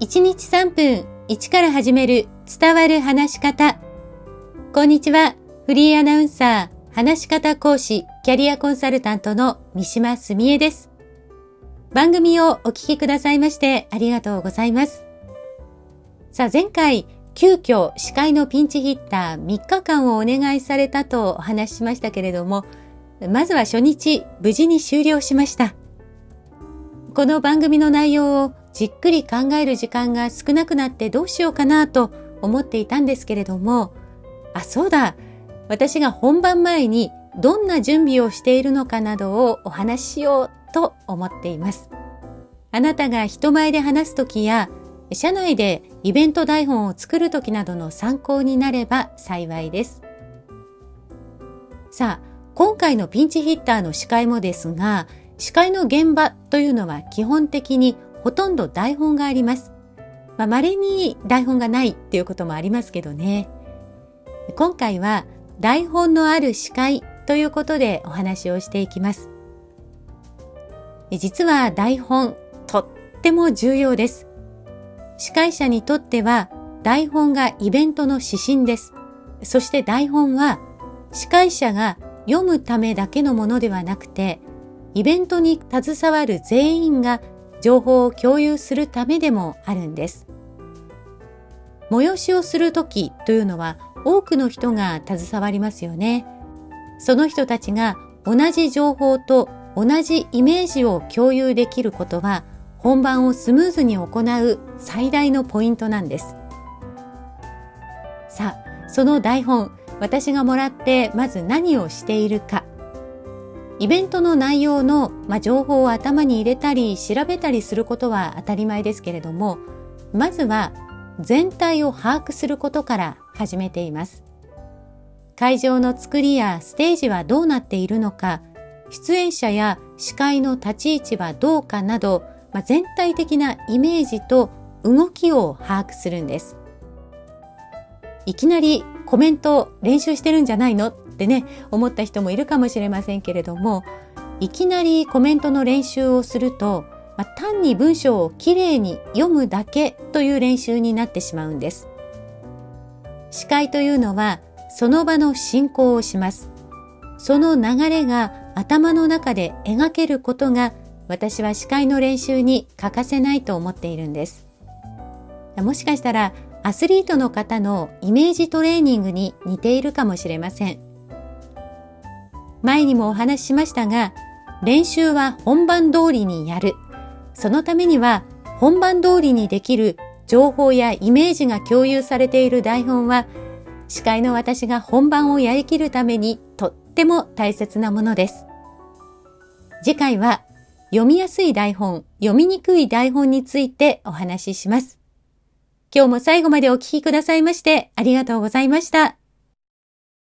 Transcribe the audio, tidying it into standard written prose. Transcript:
1日3分1から始める伝わる話し方。こんにちは。フリーアナウンサー、話し方講師、キャリアコンサルタントの三島澄江です。番組をお聞きくださいましてありがとうございます。さあ前回、急遽司会のピンチヒッター3日間をお願いされたとお話ししましたけれども、まずは初日無事に終了しました。この番組の内容をじっくり考える時間が少なくなってどうしようかなと思っていたんですけれども、そうだ、私が本番前にどんな準備をしているのかなどをお話ししようと思っています。あなたが人前で話すときや、社内でイベント台本を作るときなどの参考になれば幸いです。さあ、今回のピンチヒッターの司会もですが、司会の現場というのは基本的にほとんど台本があります。稀に台本がないっていうこともありますけどね。今回は台本のある司会ということでお話をしていきます。実は台本、とっても重要です。司会者にとっては台本がイベントの指針です。そして台本は司会者が読むためだけのものではなくて、イベントに携わる全員が情報を共有するためでもあるんです。催しをするときというのは多くの人が携わりますよね。その人たちが同じ情報と同じイメージを共有できることは本番をスムーズに行う最大のポイントなんです。さあ、その台本、私がもらってまず何をしているか。イベントの内容の、情報を頭に入れたり調べたりすることは当たり前ですけれども、まずは全体を把握することから始めています。会場の作りやステージはどうなっているのか、出演者や司会の立ち位置はどうかなど、全体的なイメージと動きを把握するんです。いきなりコメント練習してるんじゃないのってね、思った人もいるかもしれませんけれども、いきなりコメントの練習をすると、単に文章をきれいに読むだけという練習になってしまうんです。司会というのはその場の進行をします。その流れが頭の中で描けることが、私は司会の練習に欠かせないと思っているんです。もしかしたらアスリートの方のイメージトレーニングに似ているかもしれません。前にもお話ししましたが、練習は本番通りにやる。そのためには本番通りにできる情報やイメージが共有されている台本は、司会の私が本番をやりきるためにとっても大切なものです。次回は読みやすい台本、読みにくい台本についてお話しします。今日も最後までお聞きくださいましてありがとうございました。